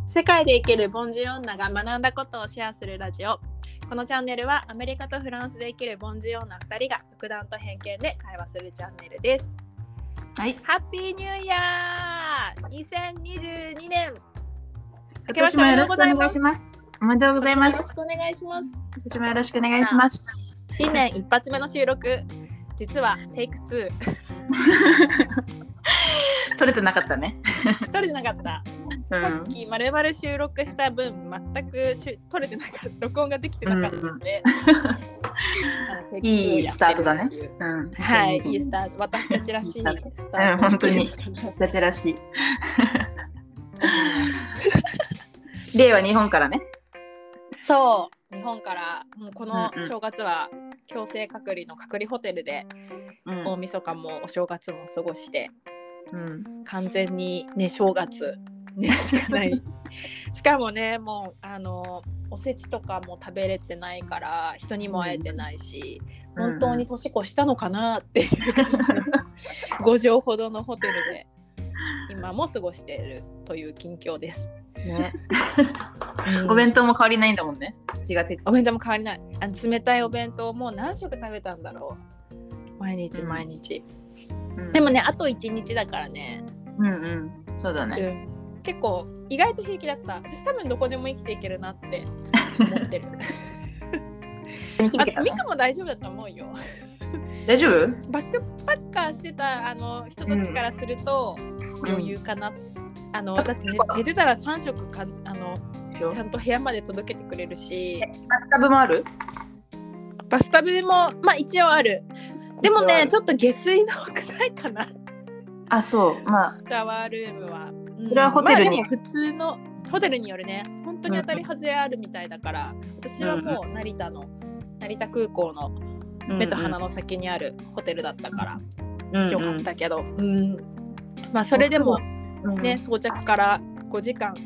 世界で生きる凡人女が学んだことをシェアするラジオ。このチャンネルはアメリカとフランスで生きる凡人女2人が独断と偏見で会話するチャンネルです。 はい。 ハッピーニューイヤー2022年。 今年もよろしくお願いします。おめでとうございます。 よろしくお願いします。 今年もよろしくお願いします。 新年一発目の収録、実はテイク2。 撮れてなかったね。 撮れてなかった。さっき丸々収録した分全く撮れてなかった、録音ができてなかったので、 いいスタートだね。 はい、いいスタート。私たちらしいスタート。 本当に私たちらしい。令和日本からね。 そう、日本からもうこの正月は強制隔離の隔離ホテルで大晦日もお正月も過ごして、完全にね正月ねしかないしかもねもうおせちとかも食べれてないから人にも会えてないし、本当に年越したのかなっていう感じの5畳ほどのホテルで今も過ごしているという近況ですね。 お弁当も変わりないんだもんね。 お弁当も変わりない。冷たいお弁当もう何食食べたんだろう、毎日、でもねあと1日だからね。 そうだね、 結構意外と平気だった。私多分どこでも生きていけるなって思ってる。ミクも大丈夫だと思うよ。 大丈夫？ バックパッカーしてた人たちからすると余裕かな。だって、寝てたら3食かちゃんと部屋まで届けてくれるし。 バスタブもある？ バスタブも一応ある。でもねちょっと下水道臭いかな。 あ、そう。 シャワールームは。 それはホテルに。 でも普通のホテルによるね。本当に当たり外れあるみたいだから、私はもう成田空港の目と鼻の先にあるホテルだったからよかったけど、それでもね到着から5時間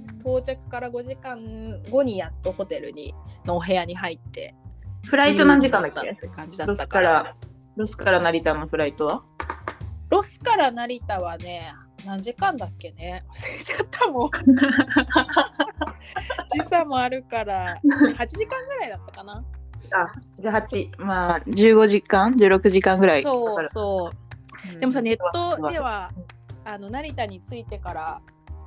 後にやっとホテルのお部屋に入って。 フライト何時間だっけ？ロスから成田のフライトは？ ロスから成田はね何時間だっけね、忘れちゃったもん。時差もあるから8時間ぐらいだったかな。 じゃあ15時間16時間ぐらい。 そう、でもさネットでは成田に着いてから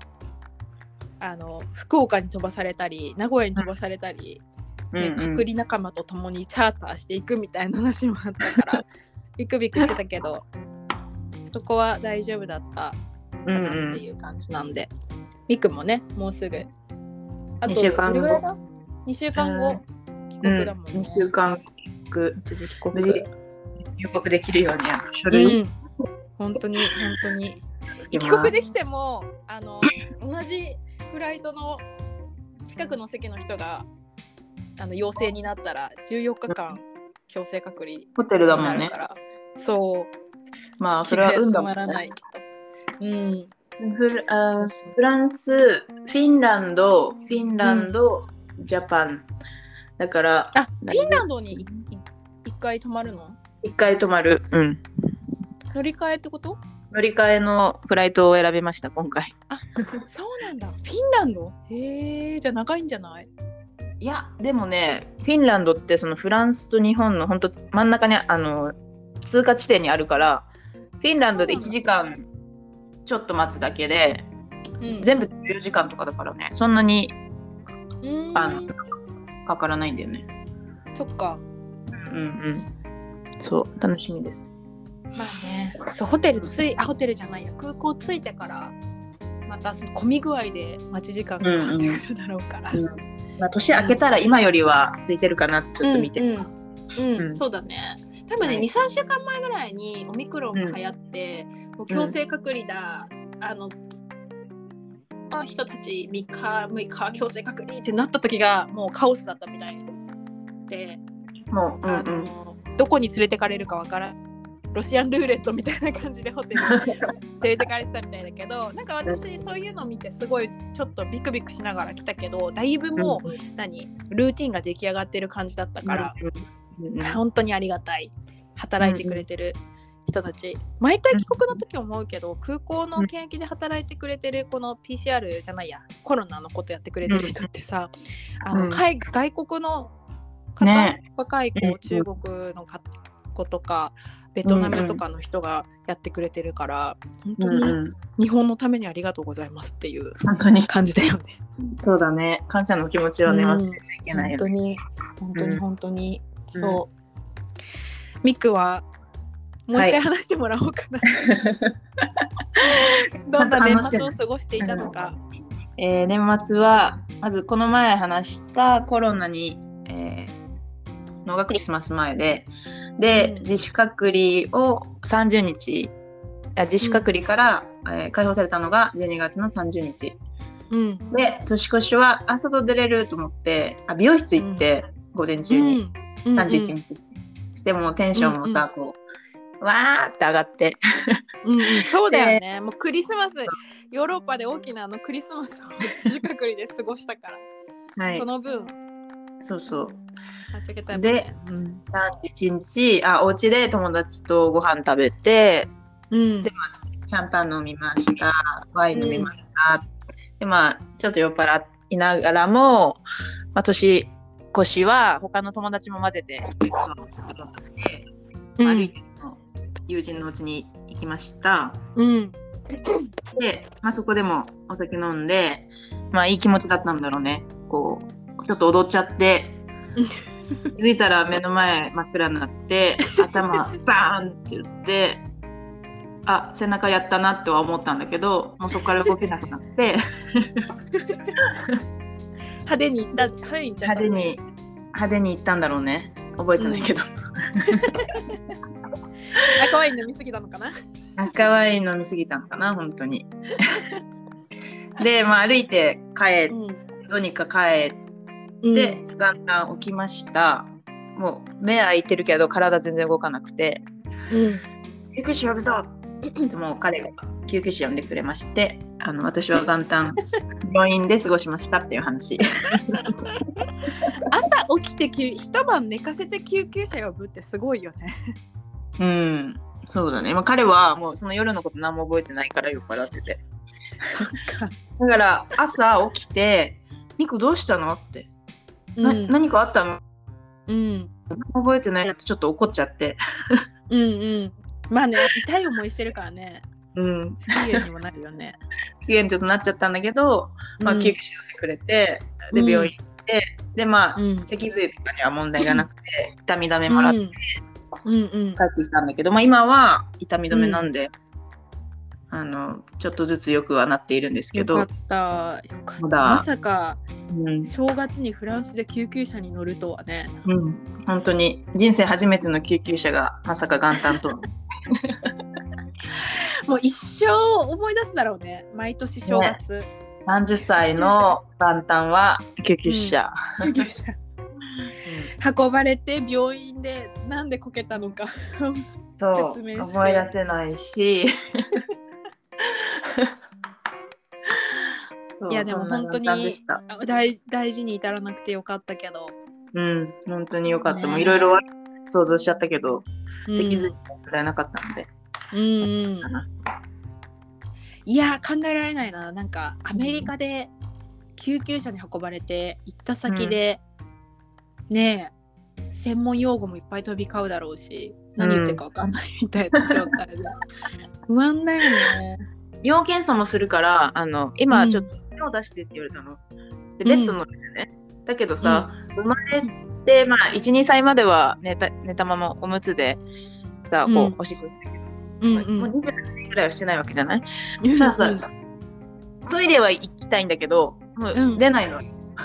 福岡に飛ばされたり名古屋に飛ばされたり、隔離仲間と共にチャーターしていくみたいな話もあったからビクビクしてたけどそこは大丈夫だったかなっていう感じなんで、ミクもねもうすぐあと2週間後帰国だもんね。 2週間無事入国できるように書類、 本当に帰国できても同じフライトの近くの席の人が陽性になったら14日間強制隔離ホテルだもんね。 そうそれは運だもんね。フランス、フィンランド、ジャパンだから。 フィンランドに1回泊まるの ？1回泊まる。 乗り換えってこと？ 乗り換えのフライトを選びました今回。 そうなんだ。フィンランド？じゃあ長いんじゃない？ いやでもねフィンランドってそのフランスと日本の本当真ん中に通過地点にあるから、フィンランドで1時間ちょっと待つだけで、全部14時間とかだからね、そんなにかからないんだよね。 そっか。 そう楽しみです。 そうホテルじゃないや、空港着いてからまたその混み具合で待ち時間が変わってくるだろうから、 年明けたら今よりは空いてるかなってちょっと見てる。 そうだね。多分ね、2,3 週間前ぐらいにオミクロンが流行って、もう強制隔離だ、人たち3日6日強制隔離ってなった時がもうカオスだったみたいで、どこに連れてかれるかわからんロシアンルーレットみたいな感じでホテルに連れてかれてたみたいだけど、なんか私そういうのを見てすごいちょっとビクビクしながら来たけど、だいぶもうルーティンが出来上がってる感じだったから、本当にありがたい。働いてくれてる人人たち毎回帰国の時思うけど、空港の検疫で働いてくれてるこの PCR じゃないやコロナのことやってくれてる人ってさ、外国の方、若い子、中国の子とかベトナムとかの人がやってくれてるから、本当に日本のためにありがとうございますっていう感じだよね。 そうだね、感謝の気持ちをね、忘れちゃいけないよね。 本当にそう。ミクはもう一回話してもらおうかな。どんな年末を過ごしていたのか。 年末はまずこの前話したコロナに、のがクリスマス前で、自主隔離を30日自主隔離から、解放されたのが12月の30日、で年越しは外出れると思って美容室行って、午前中に、31日してもテンションもさ、こうわーって上がってそうだよね。もうクリスマスヨーロッパで大きなクリスマスを自主隔離で過ごしたから、はい、その分そうで、 31日お家で友達とご飯食べて、でシャンパン飲みました、ワイン飲みました、でちょっと酔っ払いながらも、年越しは他の友達も混ぜて歩いての友人の家に行きました、で、そこでもお酒飲んで、いい気持ちだったんだろうね。こうちょっと踊っちゃって気づいたら目の前真っ暗になって頭バーンって言って背中やったなっては思ったんだけど、もうそこから動けなくなって派手に行ったんだろうね。覚えてないけど、 赤ワイン飲みすぎたのかな。 赤ワイン飲みすぎたのかな、本当に。で、歩いてどうにか帰って、元旦起きました。もう目開いてるけど体全然動かなくて、救急車呼ぶぞってもう彼が救急車呼んでくれまして、私は元旦病院で過ごしましたっていう話。 朝起きて一晩寝かせて救急車呼ぶってすごいよね。 そうだね。彼はもうその夜のこと何も覚えてないから酔っ払ってて。だから朝起きてミコどうしたのって、何かあったの？覚えてないなってちょっと怒っちゃって。 痛い思いしてるからね。不機嫌にもなるよね。 不機嫌ちょっとなっちゃったんだけど、救急車呼んでくれて、で病院行って、で脊髄とかには問題がなくて、痛み止めもらって、帰ってきたんだけど、今は痛み止め飲んで、ちょっとずつ良くはなっているんですけど。 よかった。まさか、正月にフランスで救急車に乗るとはね。 本当に人生初めての救急車がまさか元旦と。 もう一生思い出すだろうね、毎年正月。 30歳の元旦は救急車。 運ばれて病院でなんでこけたのかそう思い出せないし。 いやでも本当に大事に至らなくてよかったけど、 本当によかった。もういろいろ想像しちゃったけど、脊髄問題なかったので、 いや考えられないな。なんかアメリカで救急車に運ばれて行った先で、専門用語もいっぱい飛び交うだろうし、何言ってるか分かんないみたいな状態で不安だよね。 尿検査もするから今ちょっと尿出してって言われたので、ベッドの上でね、だけどさ、生まれて1,2 歳までは寝たままおむつでさ、こうおしっこしてるけど、もう28年ぐらいはしてないわけじゃない。さトイレは行きたいんだけど、もう出ないの。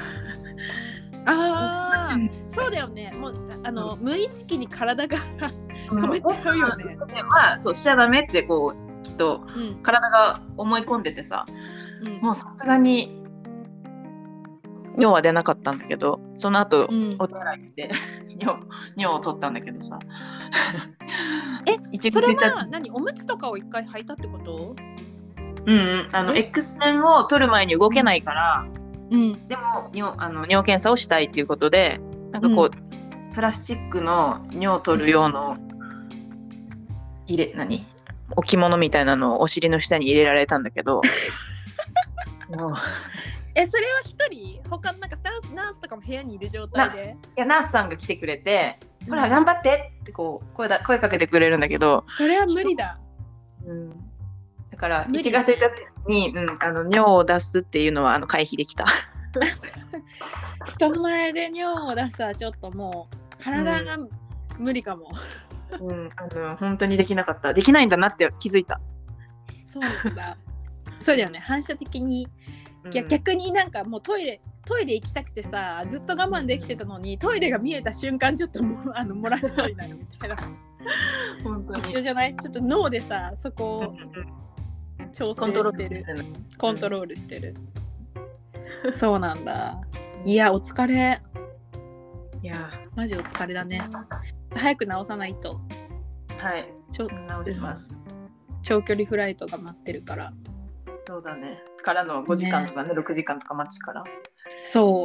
そうだよね。もう無意識に体が止めちゃうよね。 そうしちゃダメってこうきっと体が思い込んでてさ、もうさすがに尿は出なかったんだけど、その後、お手洗いで尿を取ったんだけどさ。 それは何、おむつとかを一回履いたってこと？ X 線を取る前に動けないから、でも尿検査をしたいっていうことで、なんかこう、プラスチックの尿を取る用の置物みたいなのをお尻の下に入れられたんだけどもうそれは一人他のなんかナースとかも部屋にいる状態でいやナースさんが来てくれて、ほら頑張ってってこう声かけてくれるんだけど、 それは無理だ。 だから1月1日に、尿を出すっていうのは回避できた。 人前で尿を出すはちょっともう体が無理かも。 本当にできなかった。できないんだなって気づいた。 そうなんだ。そうだよね。反射的に、逆になんかもうトイレ行きたくてさ、ずっと我慢できてたのにトイレが見えた瞬間ちょっと漏らしそうになるみたいな。本当に一緒じゃない？ちょっと脳でさそこを調整してる、コントロールしてる。そうなんだ。いやお疲れ。いやマジお疲れだね。早く直さないと。 はい。直します。 長距離フライトが待ってるから。 そうだね。からの5時間とかね、6時間とか待つから。 そう。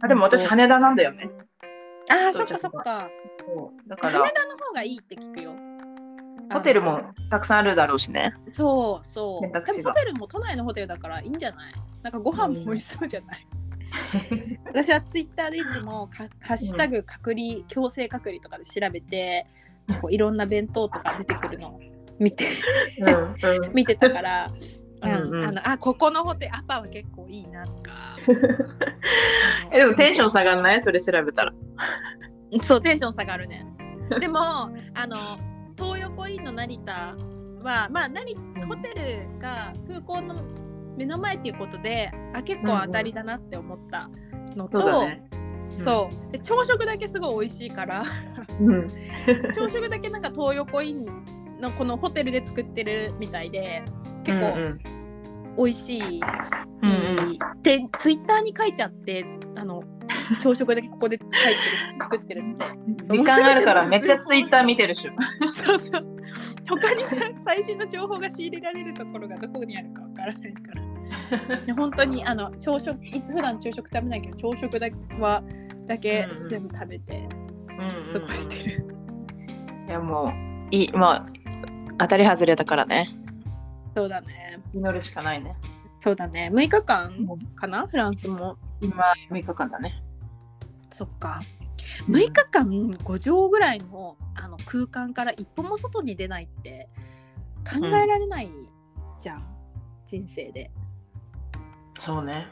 でも私羽田なんだよね。 そっか。だから羽田の方がいいって聞くよ。 ホテルもたくさんあるだろうしね。 そう。でもホテルも都内のホテルだからいいんじゃない？なんかご飯も美味しそうじゃない？私はツイッターでいつもハッシュタグ強制隔離とかで調べて、こういろんな弁当とか出てくるのを見て見てたから、ここのホテルアパは結構いいなとか。 でもテンション下がんない？それ調べたら。 そうテンション下がるね。でも東横インの成田はホテルが空港の目の前っていうことで結構当たりだなって思ったのと、そうで朝食だけすごい美味しいから朝食だけなんか東横インのこのホテルで作ってるみたいで結構美味しい、でツイッターに書いてあって朝食だけここで作ってるって時間あるからめっちゃツイッター見てるしそう他に最新の情報が仕入れられるところがどこにあるかわからないから本当に朝食普段朝食食べないけど朝食だけ全部食べて過ごしてる。 いやもう当たり外れだからね。 そうだね。 祈るしかないね。 そうだね。6日間かな、フランスも。 今6日間だね。 そっか。6日間5畳ぐらいの空間から一歩も外に出ないって考えられないじゃん、人生で。 そうね。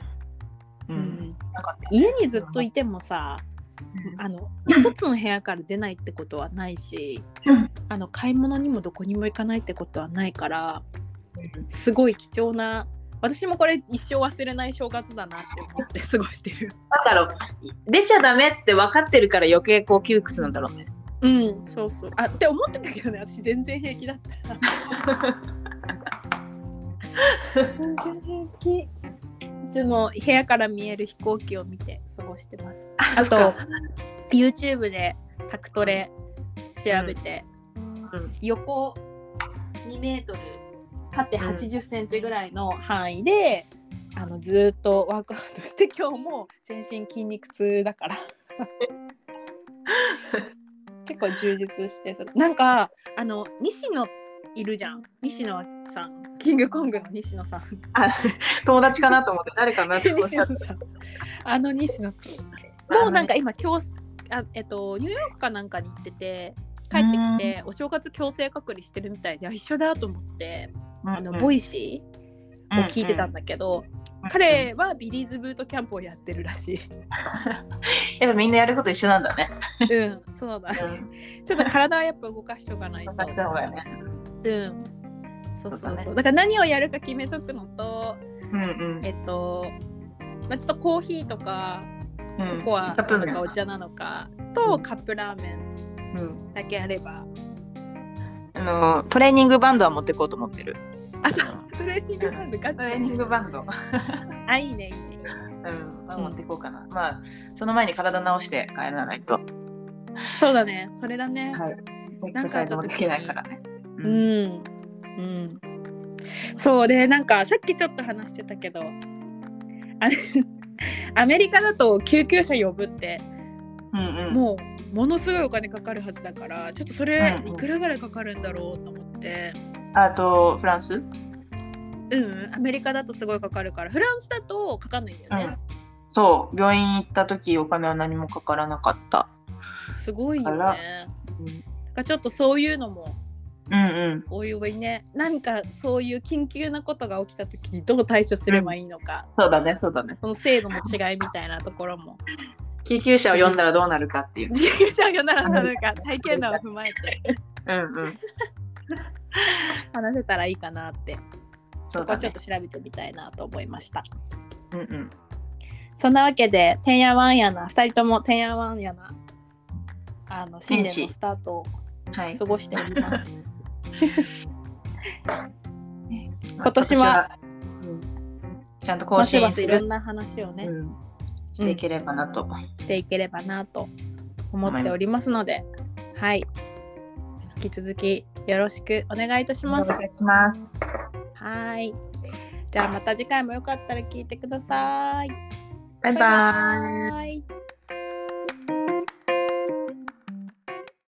家にずっといてもさ、一つの部屋から出ないってことはないし、買い物にもどこにも行かないってことはないから、すごい貴重な、私もこれ一生忘れない正月だなって思って過ごしてる。 なんだろう、出ちゃダメって分かってるから余計こう窮屈なんだろうね。 そうって思ってたけどね、私全然平気だった全然平気。いつも部屋から見える飛行機を見て過ごしてます。あと YouTube でタクトレ調べて、横2メートル縦80センチぐらいの範囲で、ずっとワークアウトして、今日も全身筋肉痛だから結構充実して、なんか西野いるじゃん、西野さん、キングコングの西野さん友達かなと思って誰かなって思っちゃった西野もうなんか今ニューヨークかなんかに行ってて、帰ってきてお正月強制隔離してるみたいで、一緒だと思って、ボイシーを聞いてたんだけど、彼はビリーズブートキャンプをやってるらしいやっぱみんなやること一緒なんだね。 そうだね、ちょっと体はやっぱ動かしとかないと。 動かした方がいいね。 そうだから何をやるか決めとくのと、ちょっとコーヒーとかココアとかお茶なのかとカップラーメンだけあれば、 トレーニングバンドは持っていこうと思ってる。 トレーニングバンドガチ。 トレーニングバンドいいね。 持っていこうかな。まあその前に体直して帰らないと。 そうだね、それだね。 エクササイズもできないからね。 そうで、なんかさっきちょっと話してたけど、アメリカだと救急車呼ぶって、もうものすごいお金かかるはずだから、ちょっとそれいくらぐらいかかるんだろうと思って。 あとフランス？ アメリカだとすごいかかるから、フランスだとかかんないんだよね。 そう病院行った時お金は何もかからなかった。 すごいよね。だからちょっとそういうのもおいおいね、なんかそういう緊急なことが起きた時にどう対処すればいいのか、 そうだねその制度の違いみたいなところも救急車を呼んだらどうなるかっていう、 救急車を呼んだらどうなるか体験談を踏まえて話せたらいいかなって、そこはちょっと調べてみたいなと思いました。そんなわけでてんやわんやな2人ともてんやわんやな新年のスタートを過ごしております。今年はちゃんと更新する、 いろんな話をね、 していければなと思っておりますので、はい、引き続きよろしくお願いいたします。 お願いします。 はい、じゃあまた次回もよかったら聞いてください。 バイバイ。